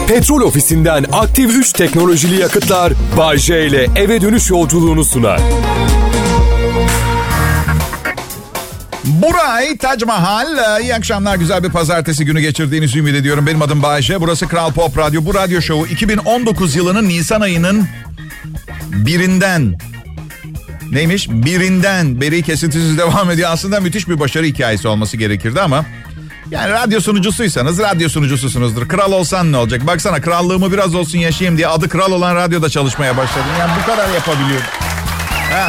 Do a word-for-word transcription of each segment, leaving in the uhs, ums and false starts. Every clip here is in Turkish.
Petrol Ofisi'nden aktif üç teknolojili yakıtlar Bay J ile eve dönüş yolculuğunu sunar. Buray Tac Mahal. İyi akşamlar, güzel bir pazartesi günü geçirdiğinizi ümit ediyorum. Benim adım Bay J. Burası Kral Pop Radyo. Bu radyo şovu iki bin on dokuz yılının Nisan ayının birinden neymiş? Birinden beri kesintisiz devam ediyor. Aslında müthiş bir başarı hikayesi olması gerekirdi ama yani radyo sunucusuysanız radyo sunucususunuzdur. Kral olsan ne olacak? Baksana, krallığımı biraz olsun yaşayayım diye adı kral olan radyoda çalışmaya başladım. Yani bu kadar yapabiliyorum. Ha.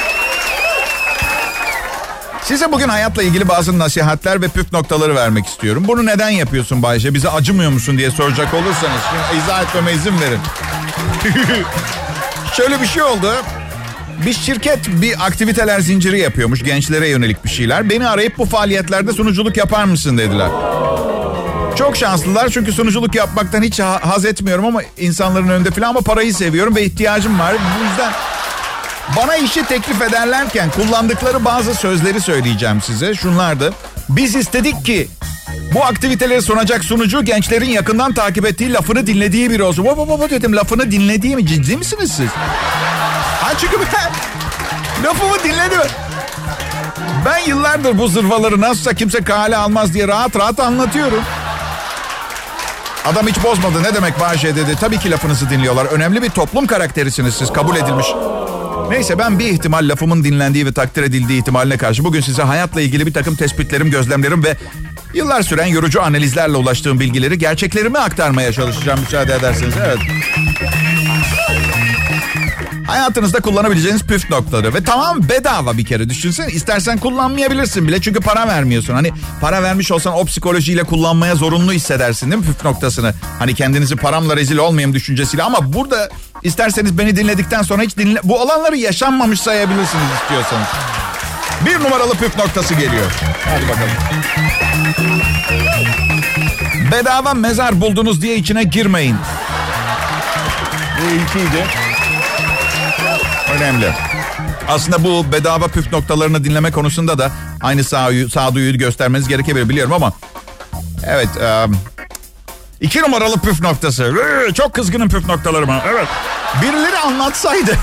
Size bugün hayatla ilgili bazı nasihatler ve püf noktaları vermek istiyorum. Bunu neden yapıyorsun Bayce? Bize acımıyor musun diye soracak olursanız şimdi izah etmeme izin verin. Şöyle bir şey oldu. Bir şirket bir aktiviteler zinciri yapıyormuş, gençlere yönelik bir şeyler. Beni arayıp bu faaliyetlerde sunuculuk yapar mısın dediler. Çok şanslılar çünkü sunuculuk yapmaktan hiç haz etmiyorum ama insanların önünde falan, ama parayı seviyorum ve ihtiyacım var. Bu yüzden bana işi teklif ederlerken kullandıkları bazı sözleri söyleyeceğim size. Şunlardı: biz istedik ki bu aktiviteleri sunacak sunucu gençlerin yakından takip ettiği, lafını dinlediği biri olsun. Baba baba dedim, lafını dinlediği mi? Ciddi misiniz siz? Ha çünkü ben lafımı dinledim. Ben yıllardır bu zırvaları nasılsa kimse kale almaz diye rahat rahat anlatıyorum. Adam hiç bozmadı. Ne demek Bahçe dedi. Tabii ki lafınızı dinliyorlar. Önemli bir toplum karakterisiniz siz. Kabul edilmiş. Neyse, ben bir ihtimal lafımın dinlendiği ve takdir edildiği ihtimaline karşı bugün size hayatla ilgili bir takım tespitlerim, gözlemlerim ve yıllar süren yorucu analizlerle ulaştığım bilgileri, gerçeklerimi aktarmaya çalışacağım müsaade ederseniz. Evet. Hayatınızda kullanabileceğiniz püf noktaları ve tamam bedava bir kere düşünsene. İstersen kullanmayabilirsin bile çünkü para vermiyorsun. Hani para vermiş olsan o psikolojiyle kullanmaya zorunlu hissedersin değil mi püf noktasını? Hani kendinizi paramla rezil olmayayım düşüncesiyle, ama burada isterseniz beni dinledikten sonra hiç dinle... Bu olanları yaşanmamış sayabilirsiniz istiyorsanız. Bir numaralı püf noktası geliyor. Hadi bakalım. Bedava mezar buldunuz diye içine girmeyin. Bu ilkiydi. Önemli. Aslında bu bedava püf noktalarını dinleme konusunda da aynı sağ, sağduyuyu göstermeniz gerekebilir biliyorum ama evet, e, iki numaralı püf noktası. Çok kızgınım püf noktalarıma. Evet. Birileri anlatsaydı.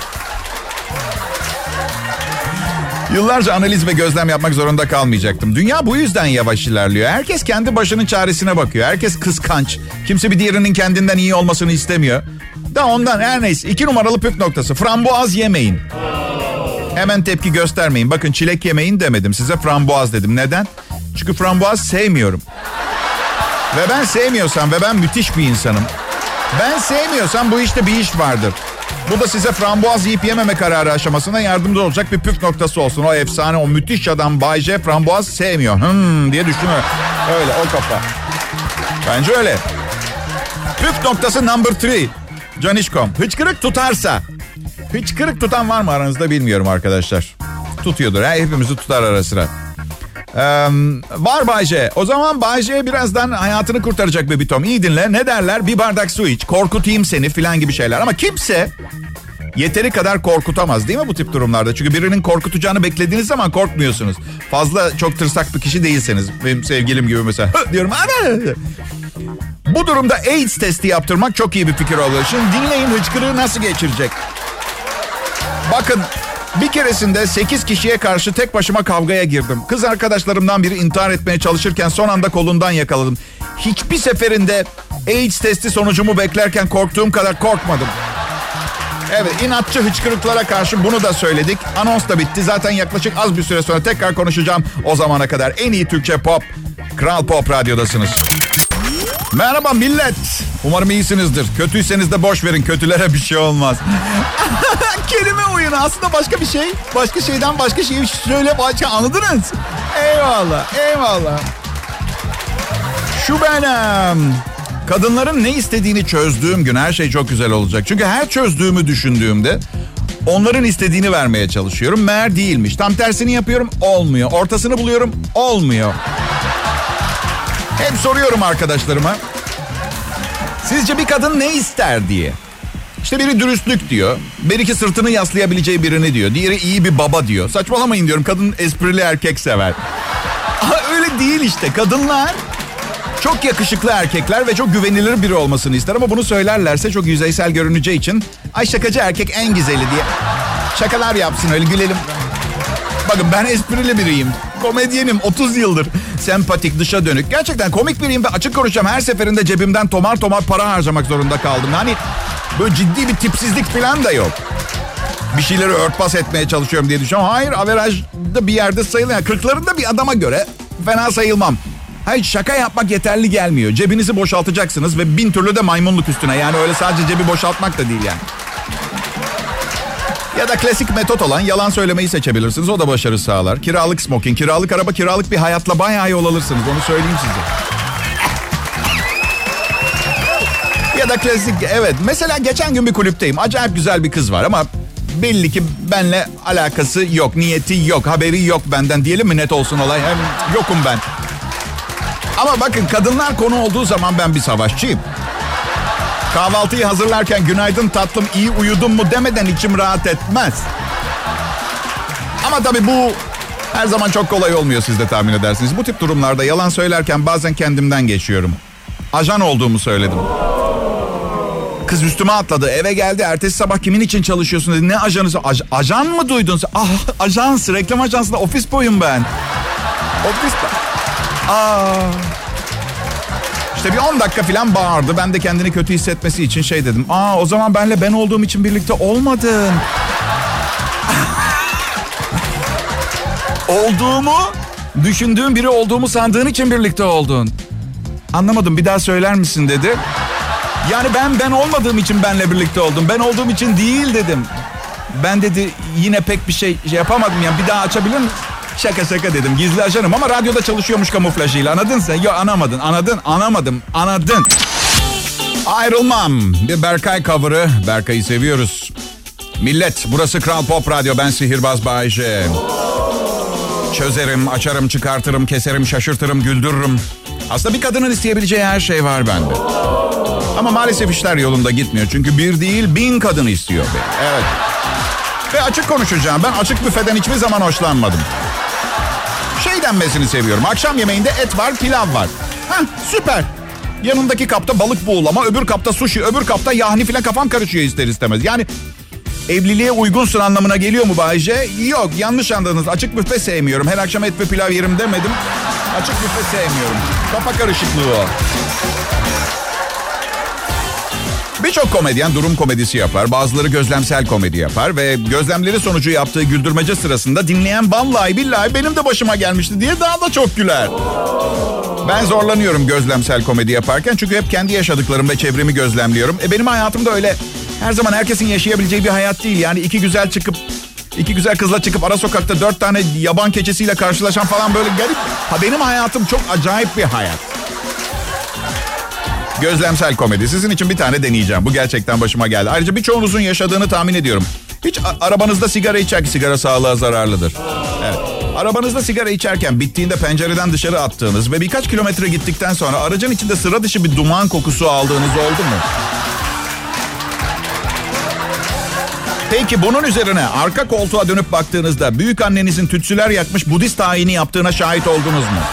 Yıllarca analiz ve gözlem yapmak zorunda kalmayacaktım. Dünya bu yüzden yavaş ilerliyor. Herkes kendi başının çaresine bakıyor. Herkes kıskanç. Kimse bir diğerinin kendinden iyi olmasını istemiyor. Da ondan her neyse. İki numaralı püf noktası. Frambuaz yemeyin. Hemen tepki göstermeyin. Bakın, çilek yemeyin demedim. Size frambuaz dedim. Neden? Çünkü frambuaz sevmiyorum. Ve ben sevmiyorsam ve ben müthiş bir insanım. Ben sevmiyorsam bu işte bir iş vardır. Bu da size frambuaz yiyip yememe kararı aşamasına yardımcı olacak bir püf noktası olsun. O efsane, o müthiş adam Bay J frambuaz sevmiyor. Hmm diye düşünüyor. Öyle, o kafa. Bence öyle. Püf noktası number three. Canişkom. Hıçkırık tutarsa. Hıçkırık tutan var mı aranızda bilmiyorum arkadaşlar. Tutuyordur. He, hepimizi tutar ara sıra. Ee, var Bay J. O zaman Bay J birazdan hayatını kurtaracak bir bitom. İyi dinle. Ne derler? Bir bardak su iç. Korkutayım seni filan gibi şeyler. Ama kimse yeteri kadar korkutamaz değil mi bu tip durumlarda? Çünkü birinin korkutacağını beklediğiniz zaman korkmuyorsunuz. Fazla çok tırsak bir kişi değilseniz. Benim sevgilim gibi mesela. Diyorum. Ana! Bu durumda AIDS testi yaptırmak çok iyi bir fikir oluyor. Şimdi dinleyin, hıçkırığı nasıl geçirecek. Bakın, bir keresinde sekiz kişiye karşı tek başıma kavgaya girdim. Kız arkadaşlarımdan biri intihar etmeye çalışırken son anda kolundan yakaladım. Hiçbir seferinde AIDS testi sonucumu beklerken korktuğum kadar korkmadım. Evet, inatçı hıçkırıklara karşı bunu da söyledik. Anons da bitti. Zaten yaklaşık az bir süre sonra tekrar konuşacağım. O zamana kadar en iyi Türkçe pop, Kral Pop Radyo'dasınız. Merhaba millet. Umarım iyisinizdir. Kötüyseniz de boş verin. Kötülere bir şey olmaz. Kelime oyunu aslında başka bir şey. Başka şeyden başka şeyi söyle başka, anladınız? Eyvallah, eyvallah. Şu benim. Kadınların ne istediğini çözdüğüm gün her şey çok güzel olacak. Çünkü her çözdüğümü düşündüğümde onların istediğini vermeye çalışıyorum. Meğer değilmiş. Tam tersini yapıyorum, olmuyor. Ortasını buluyorum, olmuyor. Hep soruyorum arkadaşlarıma. Sizce bir kadın ne ister diye. İşte biri dürüstlük diyor. Belki sırtını yaslayabileceği birini diyor. Diğeri iyi bir baba diyor. Saçmalamayın diyorum. Kadın esprili erkek sever. Öyle değil işte. Kadınlar Çok yakışıklı erkekler ve çok güvenilir biri olmasını ister ama bunu söylerlerse çok yüzeysel görüneceği için ay şakacı erkek en güzeli diye şakalar yapsın, öyle gülelim. Bakın ben esprili biriyim. Komedyenim otuz yıldır. Sempatik, dışa dönük. Gerçekten komik biriyim ve açık konuşacağım. Her seferinde cebimden tomar tomar para harcamak zorunda kaldım. Hani böyle ciddi bir tipsizlik falan da yok. Bir şeyleri örtbas etmeye çalışıyorum diye düşünüyorum. Hayır, averajda bir yerde sayılıyor. Yani kırklarında bir adama göre fena sayılmam. Hayır, şaka yapmak yeterli gelmiyor. Cebinizi boşaltacaksınız ve bin türlü de maymunluk üstüne. Yani öyle sadece cebi boşaltmak da değil yani. Ya da klasik metot olan yalan söylemeyi seçebilirsiniz. O da başarı sağlar. Kiralık smoking, kiralık araba, kiralık bir hayatla bayağı yol alırsınız. Onu söyleyeyim size. Ya da klasik, evet. Mesela geçen gün bir kulüpteyim. Acayip güzel bir kız var ama belli ki benimle alakası yok. Niyeti yok, haberi yok benden. Diyelim mi, net olsun olay. Hem yokum ben. Ama bakın, kadınlar konu olduğu zaman ben bir savaşçıyım. Kahvaltıyı hazırlarken günaydın tatlım, iyi uyudun mu demeden içim rahat etmez. Ama tabii bu her zaman çok kolay olmuyor, siz de tahmin edersiniz. Bu tip durumlarda yalan söylerken bazen kendimden geçiyorum. Ajan olduğumu söyledim. Kız üstüme atladı, eve geldi, ertesi sabah kimin için çalışıyorsun dedi. Ne ajanı? Aj- ajan mı duydun sen? Ah, ajans, reklam ajansında ofis boyum ben. Ofis... Aa... İşte bir on dakika falan bağırdı. Ben de kendini kötü hissetmesi için şey dedim. Aa, o zaman benle ben olduğum için birlikte olmadın. Olduğumu, düşündüğüm biri olduğumu sandığın için birlikte oldun. Anlamadım, bir daha söyler misin dedi. Yani ben ben olmadığım için benle birlikte oldum. Ben olduğum için değil dedim. Ben dedi yine pek bir şey, şey yapamadım. Yani bir daha açabilir misin? Şaka şaka dedim. Gizli ajanım ama radyoda çalışıyormuş kamuflajıyla. Anladın sen? Yok, anlamadın. Anladın. Anlamadım. Anladın. Ayrılmam. Bir Berkay cover'ı. Berkay'ı seviyoruz. Millet, burası Kral Pop Radyo. Ben Sihirbaz Bayece. Çözerim, açarım, çıkartırım, keserim, şaşırtırım, güldürürüm. Aslında bir kadının isteyebileceği her şey var bende. Ama maalesef işler yolunda gitmiyor. Çünkü bir değil bin kadın istiyor beni. Evet. Ve açık konuşacağım. Ben açık büfeden hiçbir zaman hoşlanmadım. Şey denmesini seviyorum. Akşam yemeğinde et var, pilav var. Hah, süper. Yanındaki kapta balık buğulama, öbür kapta sushi, öbür kapta yahni filan, kafam karışıyor ister istemez. Yani evliliğe uygunsun anlamına geliyor mu Bayce? Yok, yanlış anladınız. Açık büfe sevmiyorum. Her akşam et ve pilav yerim demedim. Açık büfe sevmiyorum. Kafa karışıklığı o. Birçok komedyen durum komedisi yapar. Bazıları gözlemsel komedi yapar ve gözlemleri sonucu yaptığı güldürmece sırasında dinleyen vallahi billahi benim de başıma gelmişti diye daha da çok güler. Ben zorlanıyorum gözlemsel komedi yaparken çünkü hep kendi yaşadıklarım ve çevremi gözlemliyorum. E benim hayatım da öyle her zaman herkesin yaşayabileceği bir hayat değil. Yani iki güzel çıkıp iki güzel kızla çıkıp ara sokakta dört tane yaban keçisiyle karşılaşan falan böyle garip. Ha, benim hayatım çok acayip bir hayat. Gözlemsel komedi. Sizin için bir tane deneyeceğim. Bu gerçekten başıma geldi. Ayrıca birçoğunuzun yaşadığını tahmin ediyorum. Hiç a- arabanızda sigara içer ki sigara sağlığa zararlıdır. Evet. Arabanızda sigara içerken bittiğinde pencereden dışarı attığınız ve birkaç kilometre gittikten sonra aracın içinde sıra dışı bir duman kokusu aldığınız oldu mu? Peki bunun üzerine arka koltuğa dönüp baktığınızda büyük annenizin tütsüler yakmış Budist ayini yaptığına şahit oldunuz mu?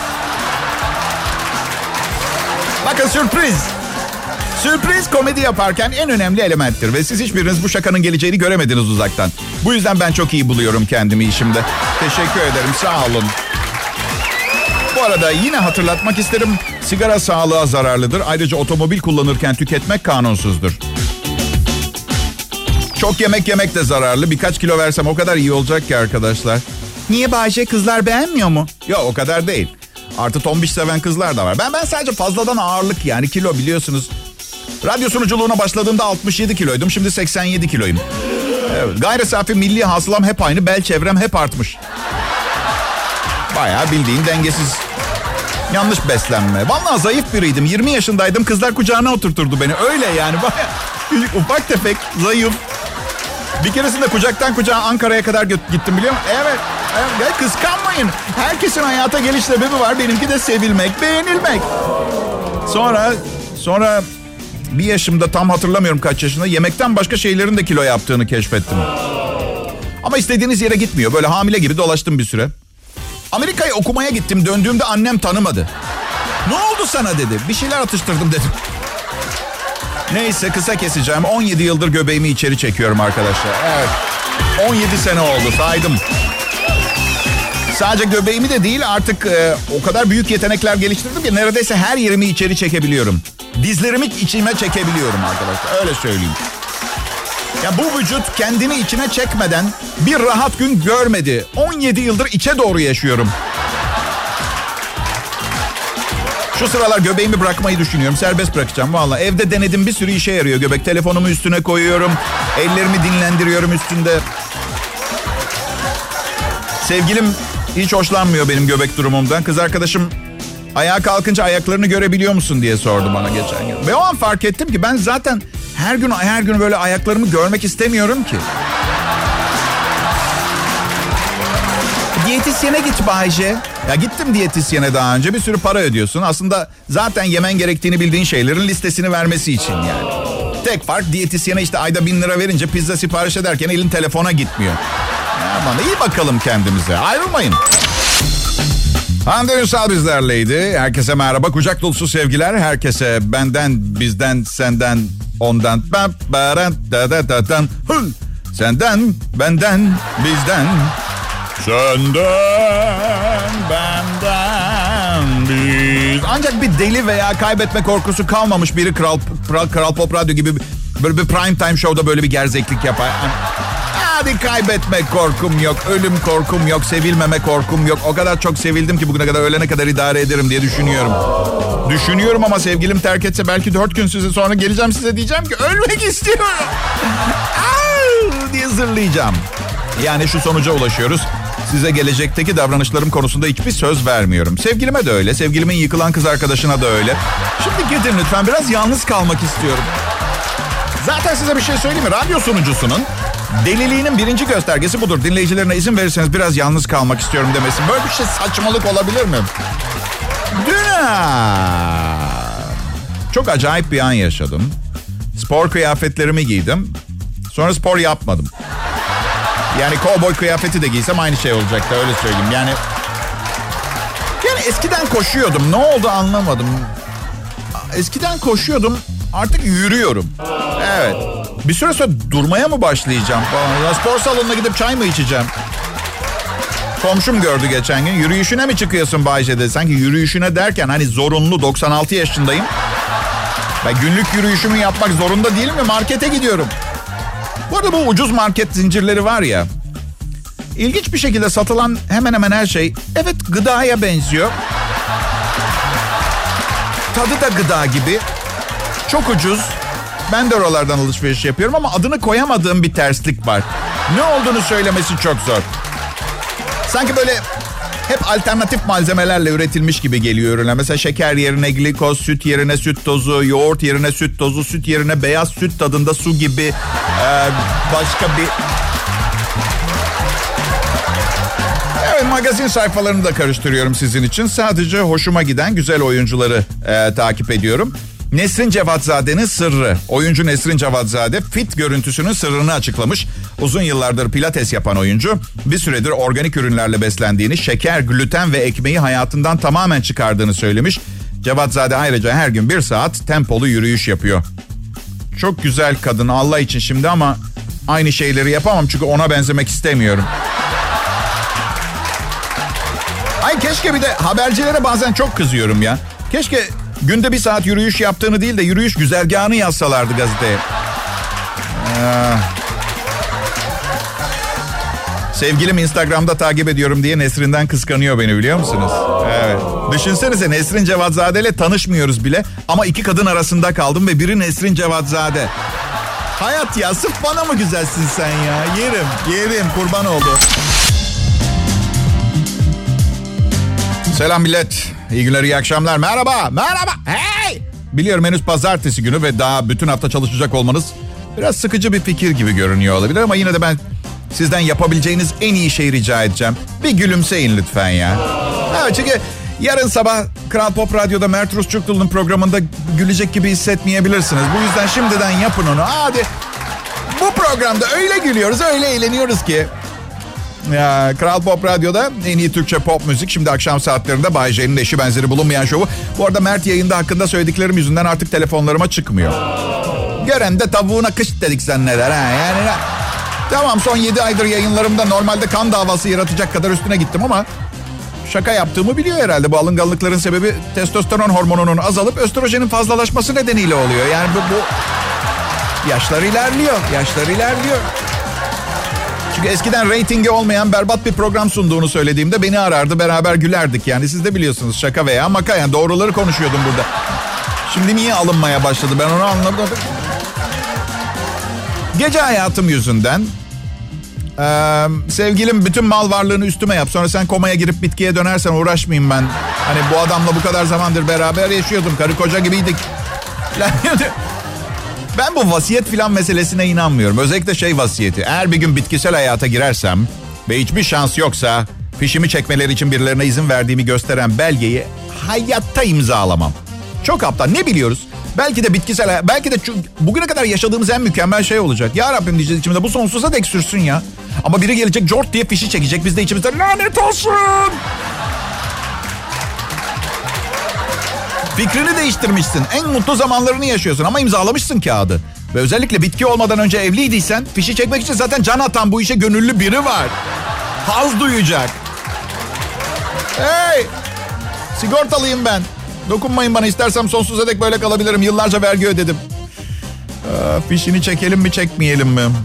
Bakın, sürpriz. Sürpriz komedi yaparken en önemli elementtir ve siz hiçbiriniz bu şakanın geleceğini göremediniz uzaktan. Bu yüzden ben çok iyi buluyorum kendimi işimde. Teşekkür ederim, sağ olun. Bu arada yine hatırlatmak isterim. Sigara sağlığa zararlıdır. Ayrıca otomobil kullanırken tüketmek kanunsuzdur. Çok yemek yemek de zararlı. Birkaç kilo versem o kadar iyi olacak ki arkadaşlar. Niye Bayce, kızlar beğenmiyor mu? Yok, o kadar değil. Artı tombiş seven kızlar da var. Ben ben sadece fazladan ağırlık, yani kilo, biliyorsunuz. Radyo sunuculuğuna başladığımda altmış yedi kiloydum. Şimdi seksen yedi kiloyum. Evet, gayri safi milli hasılam hep aynı. Bel çevrem hep artmış. Bayağı bildiğin dengesiz. Yanlış beslenme. Vallahi zayıf biriydim. yirmi yaşındaydım. Kızlar kucağına oturturdu beni. Öyle yani. Bayağı ufak tefek, zayıf. Bir keresinde kucaktan kucağa Ankara'ya kadar gittim, biliyor musun? Evet. Evet, kıskanmayın. Herkesin hayata geliş sebebi var. Benimki de sevilmek, beğenilmek. Sonra, sonra bir yaşımda, tam hatırlamıyorum kaç yaşında, yemekten başka şeylerin de kilo yaptığını keşfettim. Ama istediğiniz yere gitmiyor. Böyle hamile gibi dolaştım bir süre. Amerika'ya okumaya gittim. Döndüğümde annem tanımadı. Ne oldu sana dedi. Bir şeyler atıştırdım dedim. Neyse kısa keseceğim. on yedi yıldır göbeğimi içeri çekiyorum arkadaşlar. Evet. on yedi sene oldu saydım. Sadece göbeğimi de değil artık e, o kadar büyük yetenekler geliştirdim ki neredeyse her yerimi içeri çekebiliyorum. Dizlerimi içime çekebiliyorum arkadaşlar. Öyle söyleyeyim. Ya bu vücut kendini içine çekmeden bir rahat gün görmedi. on yedi yıldır içe doğru yaşıyorum. Şu sıralar göbeğimi bırakmayı düşünüyorum. Serbest bırakacağım vallahi. Evde denedim, bir sürü işe yarıyor göbek. Telefonumu üstüne koyuyorum. Ellerimi dinlendiriyorum üstünde. Sevgilim hiç hoşlanmıyor benim göbek durumumdan. Kız arkadaşım ayağa kalkınca ayaklarını görebiliyor musun diye sordu bana geçen gün. Ve o an fark ettim ki ben zaten her gün her gün böyle ayaklarımı görmek istemiyorum ki. Diyetisyene git Bayce. Ya gittim diyetisyene daha önce. Bir sürü para ödüyorsun. Aslında zaten yemen gerektiğini bildiğin şeylerin listesini vermesi için yani. Tek fark diyetisyene işte ayda bin lira verince pizza sipariş ederken elin telefona gitmiyor. Aman iyi bakalım kendimize. Ayrılmayın. Hande Ünsal bizlerleydi. Herkese merhaba. Kucak dolusu sevgiler. Herkese benden, bizden, senden, ondan. Senden, benden, bizden. Senden, benden, biz. Ancak bir deli veya kaybetme korkusu kalmamış biri Kral, Kral, Kral Pop Radyo gibi böyle bir prime time show'da böyle bir gerzeklik yapar. Hadi kaybetme korkum yok, ölüm korkum yok, sevilmeme korkum yok. O kadar çok sevildim ki bugüne kadar ölene kadar idare ederim diye düşünüyorum. Düşünüyorum ama sevgilim terk etse belki dört gün size sonra geleceğim size diyeceğim ki ölmek istiyorum. Aa, diye zırlayacağım. Yani şu sonuca ulaşıyoruz. Size gelecekteki davranışlarım konusunda hiçbir söz vermiyorum. Sevgilime de öyle, sevgilimin yıkılan kız arkadaşına da öyle. Şimdi gidin lütfen, biraz yalnız kalmak istiyorum. Zaten size bir şey söyleyeyim mi? Radyo sunucusunun deliliğinin birinci göstergesi budur. Dinleyicilerine izin verirseniz biraz yalnız kalmak istiyorum demesi. Böyle bir şey saçmalık olabilir mi? Dün çok acayip bir an yaşadım. Spor kıyafetlerimi giydim. Sonra spor yapmadım. Yani kovboy kıyafeti de giysem aynı şey olacaktı, öyle söyleyeyim. Yani yani eskiden koşuyordum. Ne oldu anlamadım. Eskiden koşuyordum. Artık yürüyorum. Evet. Bir süre sonra durmaya mı başlayacağım falan. Spor salonuna gidip çay mı içeceğim? Komşum gördü geçen gün. Yürüyüşüne mi çıkıyorsun Bayce dedi. Sanki yürüyüşüne derken hani zorunlu, doksan altı yaşındayım. Ben günlük yürüyüşümü yapmak zorunda değil mi? Markete gidiyorum. Bu arada bu ucuz market zincirleri var ya. İlginç bir şekilde satılan hemen hemen her şey evet gıdaya benziyor. Tadı da gıda gibi. Çok ucuz. Ben de oralardan alışveriş yapıyorum ama adını koyamadığım bir terslik var. Ne olduğunu söylemesi çok zor. Sanki böyle hep alternatif malzemelerle üretilmiş gibi geliyor ürünler. Mesela şeker yerine glikoz, süt yerine süt tozu, yoğurt yerine süt tozu, süt yerine beyaz süt tadında su gibi ee, başka bir... Evet, magazin sayfalarını da karıştırıyorum sizin için. Sadece hoşuma giden güzel oyuncuları ee, takip ediyorum. Nesrin Cevatzade'nin sırrı. Oyuncu Nesrin Cevatzade fit görüntüsünün sırrını açıklamış. Uzun yıllardır pilates yapan oyuncu bir süredir organik ürünlerle beslendiğini, şeker, gluten ve ekmeği hayatından tamamen çıkardığını söylemiş. Cevatzade ayrıca her gün bir saat tempolu yürüyüş yapıyor. Çok güzel kadın Allah için şimdi ama aynı şeyleri yapamam çünkü ona benzemek istemiyorum. Ay keşke bir de habercilere bazen çok kızıyorum ya. Keşke günde bir saat yürüyüş yaptığını değil de yürüyüş güzergahını yazsalardı gazeteye. Ee, sevgilim Instagram'da takip ediyorum diye Nesrin'den kıskanıyor beni, biliyor musunuz? Evet. Düşünsenize, Nesrin Cevatzade ile tanışmıyoruz bile ama iki kadın arasında kaldım ve biri Nesrin Cevatzade. Hayat ya, sırf bana mı güzelsin sen ya? Yerim, yerim, kurban oldu. Selam millet. İyi günler, iyi akşamlar. Merhaba, merhaba. Hey! Biliyorum henüz pazartesi günü ve daha bütün hafta çalışacak olmanız biraz sıkıcı bir fikir gibi görünüyor olabilir ama yine de ben sizden yapabileceğiniz en iyi şeyi rica edeceğim. Bir gülümseyin lütfen ya. Evet, çünkü yarın sabah Kral Pop Radyo'da Mert Rusçuklu'nun programında gülecek gibi hissetmeyebilirsiniz. Bu yüzden şimdiden yapın onu. Hadi. Bu programda öyle gülüyoruz, öyle eğleniyoruz ki Ya, Kral Pop Radyo'da en iyi Türkçe pop müzik. Şimdi akşam saatlerinde Bay J'nin eşi benzeri bulunmayan şovu. Bu arada Mert yayında hakkında söylediklerim yüzünden artık telefonlarıma çıkmıyor. Gören de tavuğuna kış dedik zanneder. Ha? Yani, tamam, son yedi aydır yayınlarımda normalde kan davası yaratacak kadar üstüne gittim ama... Şaka yaptığımı biliyor herhalde. Bu alınganlıkların sebebi testosteron hormonunun azalıp östrojenin fazlalaşması nedeniyle oluyor. Yani bu, bu... Yaşlar ilerliyor, yaşlar ilerliyor. Çünkü eskiden reytingi olmayan berbat bir program sunduğunu söylediğimde beni arardı, beraber gülerdik. Yani siz de biliyorsunuz, şaka veya maka, yani doğruları konuşuyordum burada. Şimdi niye alınmaya başladı, ben onu anlamadım. Gece hayatım yüzünden ee, sevgilim bütün mal varlığını üstüme yap, sonra sen komaya girip bitkiye dönersen uğraşmayayım ben. Hani bu adamla bu kadar zamandır beraber yaşıyordum, karı koca gibiydik. Ben bu vasiyet filan meselesine inanmıyorum. Özellikle şey vasiyeti. Eğer bir gün bitkisel hayata girersem ve hiçbir şans yoksa fişimi çekmeleri için birilerine izin verdiğimi gösteren belgeyi hayatta imzalamam. Çok aptal. Ne biliyoruz? Belki de bitkisel hayat, belki de şu, bugüne kadar yaşadığımız en mükemmel şey olacak. Ya Rabbim diyeceğiz içimizde, bu sonsuza dek sürsün ya. Ama biri gelecek cort diye fişi çekecek. Biz de içimizde lanet olsun. Fikrini değiştirmişsin. En mutlu zamanlarını yaşıyorsun ama imzalamışsın kağıdı. Ve özellikle bitki olmadan önce evliydiysen fişi çekmek için zaten can atan bu işe gönüllü biri var. Haz duyacak. Hey! Sigortalıyım ben. Dokunmayın bana, istersem sonsuza dek böyle kalabilirim. Yıllarca vergi ödedim. Aa, fişini çekelim mi çekmeyelim mi? Hmm.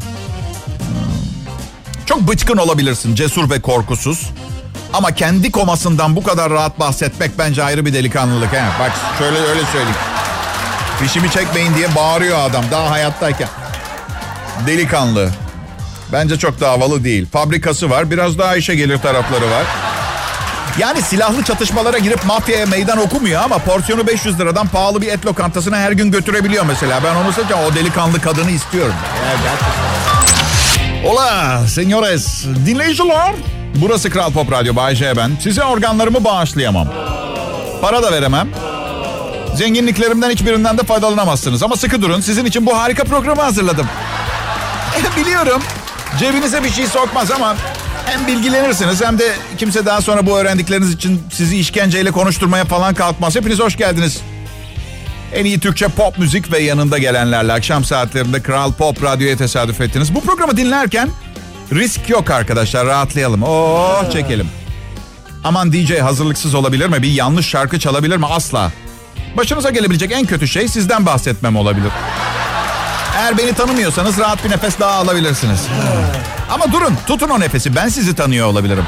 Çok bıçkın olabilirsin, cesur ve korkusuz. Ama kendi komasından bu kadar rahat bahsetmek bence ayrı bir delikanlılık. He? Bak şöyle öyle söyleyeyim. Fişimi çekmeyin diye bağırıyor adam daha hayattayken. Delikanlı. Bence çok da havalı değil. Fabrikası var, biraz daha işe gelir tarafları var. Yani silahlı çatışmalara girip mafyaya meydan okumuyor ama porsiyonu beş yüz liradan pahalı bir et lokantasına her gün götürebiliyor mesela. Ben onu seçeceğim, o delikanlı kadını istiyorum. Evet. Hola señores, dinleyiciler. Burası Kral Pop Radyo, Bay J ben. Size organlarımı bağışlayamam. Para da veremem. Zenginliklerimden hiçbirinden de faydalanamazsınız. Ama sıkı durun, sizin için bu harika programı hazırladım. Biliyorum, cebinize bir şey sokmaz ama hem bilgilenirsiniz hem de kimse daha sonra bu öğrendikleriniz için sizi işkenceyle konuşturmaya falan kalkmaz. Hepiniz hoş geldiniz. En iyi Türkçe pop müzik ve yanında gelenlerle akşam saatlerinde Kral Pop Radyo'ya tesadüf ettiniz. Bu programı dinlerken risk yok arkadaşlar, rahatlayalım. Oo, çekelim. Aman D J hazırlıksız olabilir mi? Bir yanlış şarkı çalabilir mi? Asla. Başınıza gelebilecek en kötü şey sizden bahsetmem olabilir. Eğer beni tanımıyorsanız rahat bir nefes daha alabilirsiniz. Ama durun, tutun o nefesi. Ben sizi tanıyor olabilirim.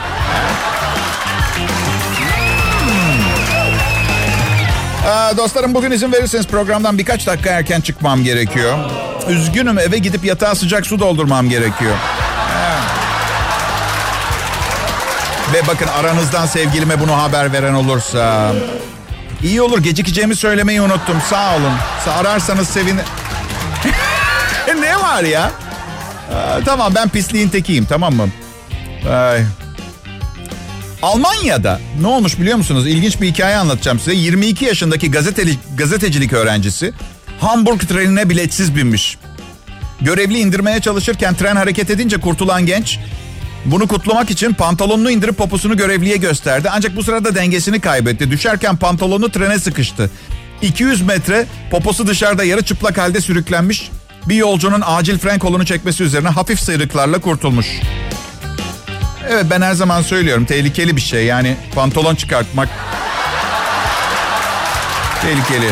Ee, dostlarım, bugün izin verirseniz programdan birkaç dakika erken çıkmam gerekiyor. Üzgünüm, eve gidip yatağa sıcak su doldurmam gerekiyor. Ve bakın, aranızdan sevgilime bunu haber veren olursa... İyi olur, gecikeceğimi söylemeyi unuttum. Sağ olun. Ararsanız sevin... Ne var ya? Aa, tamam, ben pisliğin tekiyim, tamam mı? Ay. Almanya'da ne olmuş biliyor musunuz? İlginç bir hikaye anlatacağım size. yirmi iki yaşındaki gazeteli, gazetecilik öğrencisi Hamburg trenine biletsiz binmiş. Görevli indirmeye çalışırken tren hareket edince kurtulan genç bunu kutlamak için pantolonunu indirip poposunu görevliye gösterdi. Ancak bu sırada dengesini kaybetti. Düşerken pantolonu trene sıkıştı. iki yüz metre poposu dışarıda yarı çıplak halde sürüklenmiş. Bir yolcunun acil fren kolunu çekmesi üzerine hafif sıyrıklarla kurtulmuş. Evet, ben her zaman söylüyorum, tehlikeli bir şey. Yani pantolon çıkartmak tehlikeli.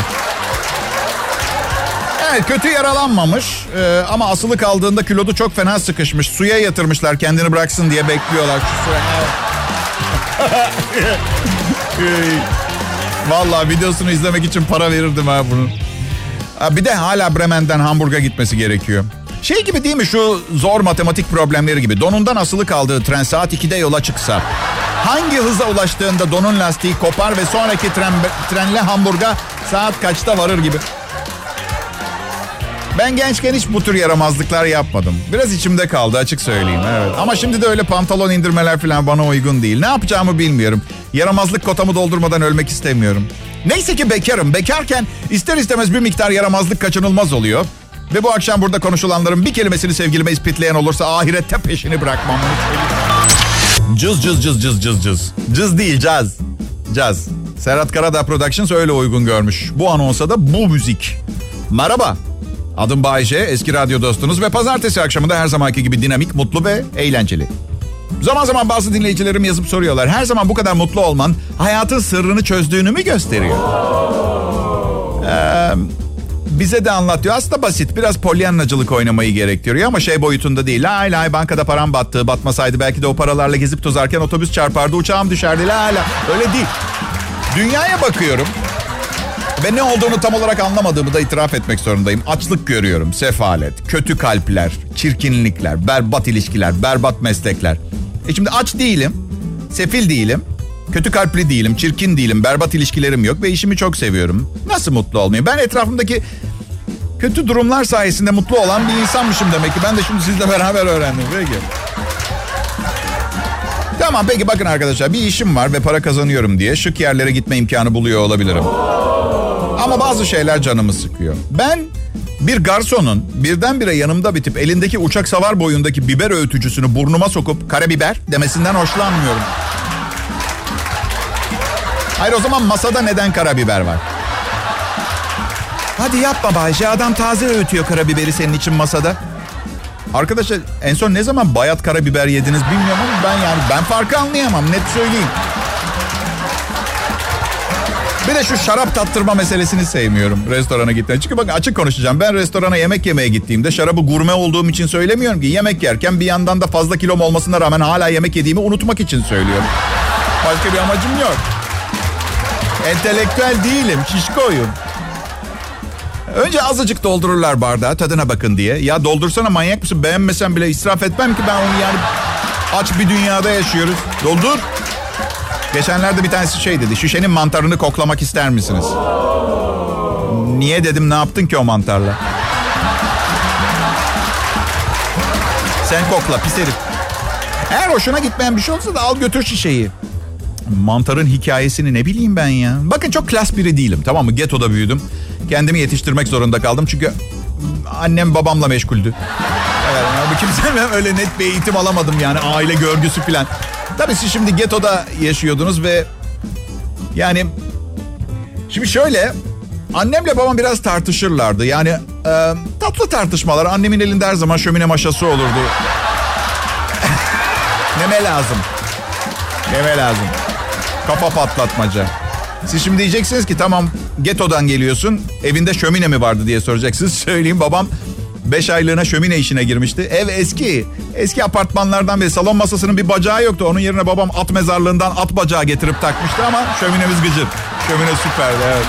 Evet, kötü yaralanmamış ee, ama asılı kaldığında kilodu çok fena sıkışmış. Suya yatırmışlar kendini bıraksın diye, bekliyorlar. Vallahi videosunu izlemek için para verirdim ha bunun. Bir de hala Bremen'den Hamburg'a gitmesi gerekiyor. Şey gibi değil mi, şu zor matematik problemleri gibi. Donundan asılı kaldığı tren saat ikide yola çıksa, hangi hıza ulaştığında donun lastiği kopar ve sonraki tren, trenle Hamburg'a saat kaçta varır gibi. Ben gençken hiç bu tür yaramazlıklar yapmadım. Biraz içimde kaldı, açık söyleyeyim. Evet. Ama şimdi de öyle pantolon indirmeler falan bana uygun değil. Ne yapacağımı bilmiyorum. Yaramazlık kotamı doldurmadan ölmek istemiyorum. Neyse ki bekarım. Bekarken ister istemez bir miktar yaramazlık kaçınılmaz oluyor. Ve bu akşam burada konuşulanların bir kelimesini sevgilime ispitleyen olursa ahirette peşini bırakmam. Cız cız cız cız cız cız. Cız değil, caz. Caz. Serhat Karadağ Productions öyle uygun görmüş. Bu anonsa da bu müzik. Merhaba. Adım Bayce, eski radyo dostunuz ve pazartesi akşamında her zamanki gibi dinamik, mutlu ve eğlenceli. Zaman zaman bazı dinleyicilerim yazıp soruyorlar. Her zaman bu kadar mutlu olman hayatın sırrını çözdüğünü mü gösteriyor? Ee, bize de anlatıyor. Aslında basit. Biraz polyanlacılık oynamayı gerektiriyor ama şey boyutunda değil. Lay lay bankada param battı. Batmasaydı belki de o paralarla gezip tozarken otobüs çarpardı, uçağım düşerdi. La la. Öyle değil. Dünyaya bakıyorum. Ve ne olduğunu tam olarak anlamadığımı da itiraf etmek zorundayım. Açlık görüyorum, sefalet, kötü kalpler, çirkinlikler, berbat ilişkiler, berbat meslekler. E şimdi aç değilim, sefil değilim, kötü kalpli değilim, çirkin değilim, berbat ilişkilerim yok ve işimi çok seviyorum. Nasıl mutlu olmayayım? Ben etrafımdaki kötü durumlar sayesinde mutlu olan bir insanmışım demek ki. Ben de şimdi sizle beraber öğrendim. Peki. Tamam peki bakın arkadaşlar, bir işim var ve para kazanıyorum diye şık yerlere gitme imkanı buluyor olabilirim. Ama bazı şeyler canımı sıkıyor. Ben bir garsonun birdenbire yanımda bitip elindeki uçak savar boyundaki biber öğütücüsünü burnuma sokup karabiber demesinden hoşlanmıyorum. Hayır, o zaman masada neden karabiber var? Hadi yapma Bayce, adam taze öğütüyor karabiberi senin için masada. Arkadaşlar en son ne zaman bayat karabiber yediniz bilmiyorum ama ben yani ben farkı anlayamam, net söyleyeyim. Bir de şu şarap tattırma meselesini sevmiyorum restorana gittiğimde. Çünkü bakın açık konuşacağım. Ben restorana yemek yemeye gittiğimde şarabı gurme olduğum için söylemiyorum ki. Yemek yerken bir yandan da fazla kilom olmasına rağmen hala yemek yediğimi unutmak için söylüyorum. Başka bir amacım yok. Entelektüel değilim, şişkoyum. Önce azıcık doldururlar bardağı, tadına bakın diye. Ya doldursana, manyak mısın? Beğenmesen bile israf etmem ki ben onu yani. Aç bir dünyada yaşıyoruz. Doldur. Geçenlerde bir tanesi şey dedi. Şişenin mantarını koklamak ister misiniz? Niye dedim, ne yaptın ki o mantarla? Sen kokla pis herif. Eğer hoşuna gitmeyen bir şey olsa da al götür şişeyi. Mantarın hikayesini ne bileyim ben ya. Bakın çok klas biri değilim, tamam mı? Ghetto'da büyüdüm. Kendimi yetiştirmek zorunda kaldım çünkü annem babamla meşguldü. Evet, yani kimseden öyle net bir eğitim alamadım yani, aile görgüsü falan. Tabii siz şimdi ghetto'da yaşıyordunuz ve yani şimdi şöyle, annemle babam biraz tartışırlardı. Yani e, tatlı tartışmalar. Annemin elinde her zaman şömine maşası olurdu. Neme lazım. Neme lazım. Kafa patlatmaca. Siz şimdi diyeceksiniz ki tamam ghetto'dan geliyorsun, evinde şömine mi vardı diye soracaksınız. Söyleyeyim, babam beş aylığına şömine işine girmişti. Ev eski. Eski apartmanlardan beri salon masasının bir bacağı yoktu. Onun yerine babam at mezarlığından at bacağı getirip takmıştı ama şöminemiz gıcır. Şömine süperdi, evet.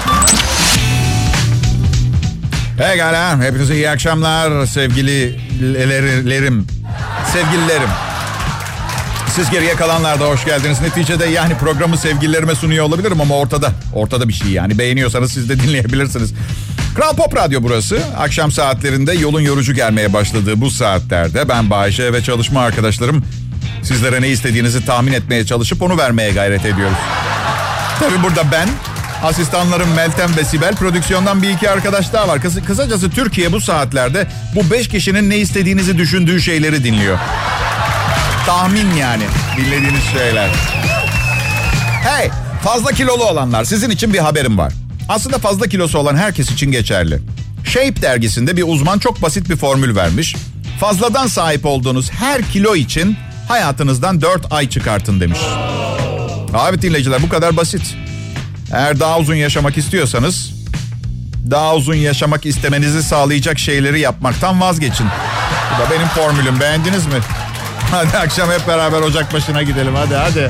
Pekala, hepinize iyi akşamlar sevgililerim. Sevgililerim. Siz geriye kalanlar da hoş geldiniz. Neticede yani programı sevgililerime sunuyor olabilirim ama ortada. Ortada bir şey yani. Beğeniyorsanız siz de dinleyebilirsiniz. Kral Pop Radyo burası. Akşam saatlerinde yolun yorucu gelmeye başladığı bu saatlerde ben Bayşe ve çalışma arkadaşlarım sizlere ne istediğinizi tahmin etmeye çalışıp onu vermeye gayret ediyoruz. Tabii burada ben, asistanlarım Meltem ve Sibel, prodüksiyondan bir iki arkadaş daha var. Kıs- kısacası Türkiye bu saatlerde bu beş kişinin ne istediğinizi düşündüğü şeyleri dinliyor. Tahmin yani dinlediğiniz şeyler. Hey, fazla kilolu olanlar, sizin için bir haberim var. Aslında fazla kilosu olan herkes için geçerli. Shape dergisinde bir uzman çok basit bir formül vermiş. Fazladan sahip olduğunuz her kilo için hayatınızdan dört ay çıkartın demiş. Abi dinleyiciler, bu kadar basit. Eğer daha uzun yaşamak istiyorsanız daha uzun yaşamak istemenizi sağlayacak şeyleri yapmaktan vazgeçin. Bu da benim formülüm, beğendiniz mi? Hadi akşam hep beraber ocak başına gidelim, hadi hadi.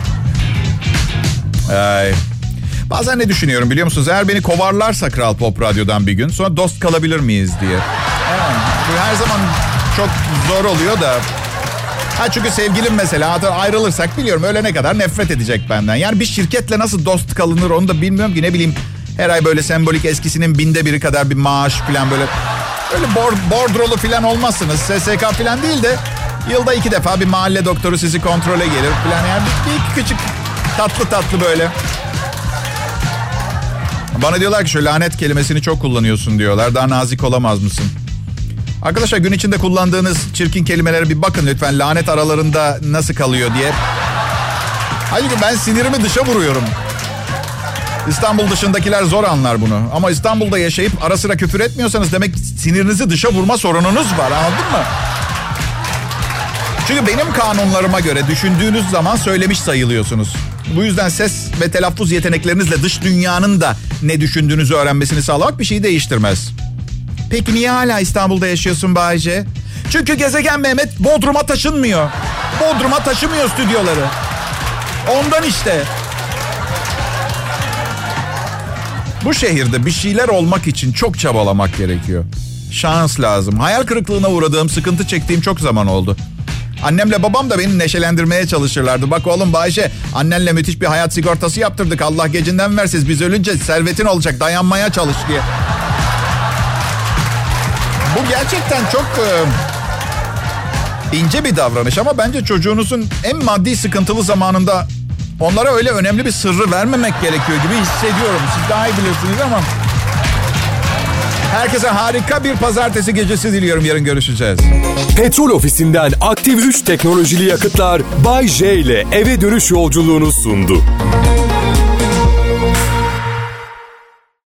Ay. Bazen ne düşünüyorum biliyor musunuz? Eğer beni kovarlarsa Kral Pop Radyo'dan bir gün sonra dost kalabilir miyiz diye. Evet, bu her zaman çok zor oluyor da. Ha çünkü sevgilim mesela ayrılırsak biliyorum ölene kadar nefret edecek benden. Yani bir şirketle nasıl dost kalınır onu da bilmiyorum ki, ne bileyim. Her ay böyle sembolik eskisinin binde biri kadar bir maaş falan böyle. Öyle bordrolu falan olmazsınız. S S K falan değil de yılda iki defa bir mahalle doktoru sizi kontrole gelir falan. Yani bir, bir iki küçük tatlı tatlı böyle. Bana diyorlar ki şu lanet kelimesini çok kullanıyorsun diyorlar. Daha nazik olamaz mısın? Arkadaşlar gün içinde kullandığınız çirkin kelimelere bir bakın lütfen. Lanet aralarında nasıl kalıyor diye. Halbuki ben sinirimi dışa vuruyorum. İstanbul dışındakiler zor anlar bunu. Ama İstanbul'da yaşayıp ara sıra küfür etmiyorsanız demek sinirinizi dışa vurma sorununuz var, anladın mı? Çünkü benim kanunlarıma göre düşündüğünüz zaman söylemiş sayılıyorsunuz. Bu yüzden ses ve telaffuz yeteneklerinizle dış dünyanın da ne düşündüğünüzü öğrenmesini sağlamak bir şeyi değiştirmez. Peki niye hala İstanbul'da yaşıyorsun Bayce? Çünkü gezegen Mehmet Bodrum'a taşınmıyor. Bodrum'a taşımıyor stüdyoları. Ondan işte. Bu şehirde bir şeyler olmak için çok çabalamak gerekiyor. Şans lazım. Hayal kırıklığına uğradığım, sıkıntı çektiğim çok zaman oldu. Annemle babam da beni neşelendirmeye çalışırlardı. Bak oğlum Bayşe, annenle müthiş bir hayat sigortası yaptırdık. Allah gecinden versiz, biz ölünce servetin olacak, dayanmaya çalış diye. Bu gerçekten çok e, ince bir davranış ama bence çocuğunuzun en maddi sıkıntılı zamanında onlara öyle önemli bir sırrı vermemek gerekiyor gibi hissediyorum. Siz daha iyi bilirsiniz ama. Herkese harika bir pazartesi gecesi diliyorum. Yarın görüşeceğiz. Petrol Ofisi'nden Aktif üç teknolojili yakıtlar Bay J ile eve dönüş yolculuğunu sundu.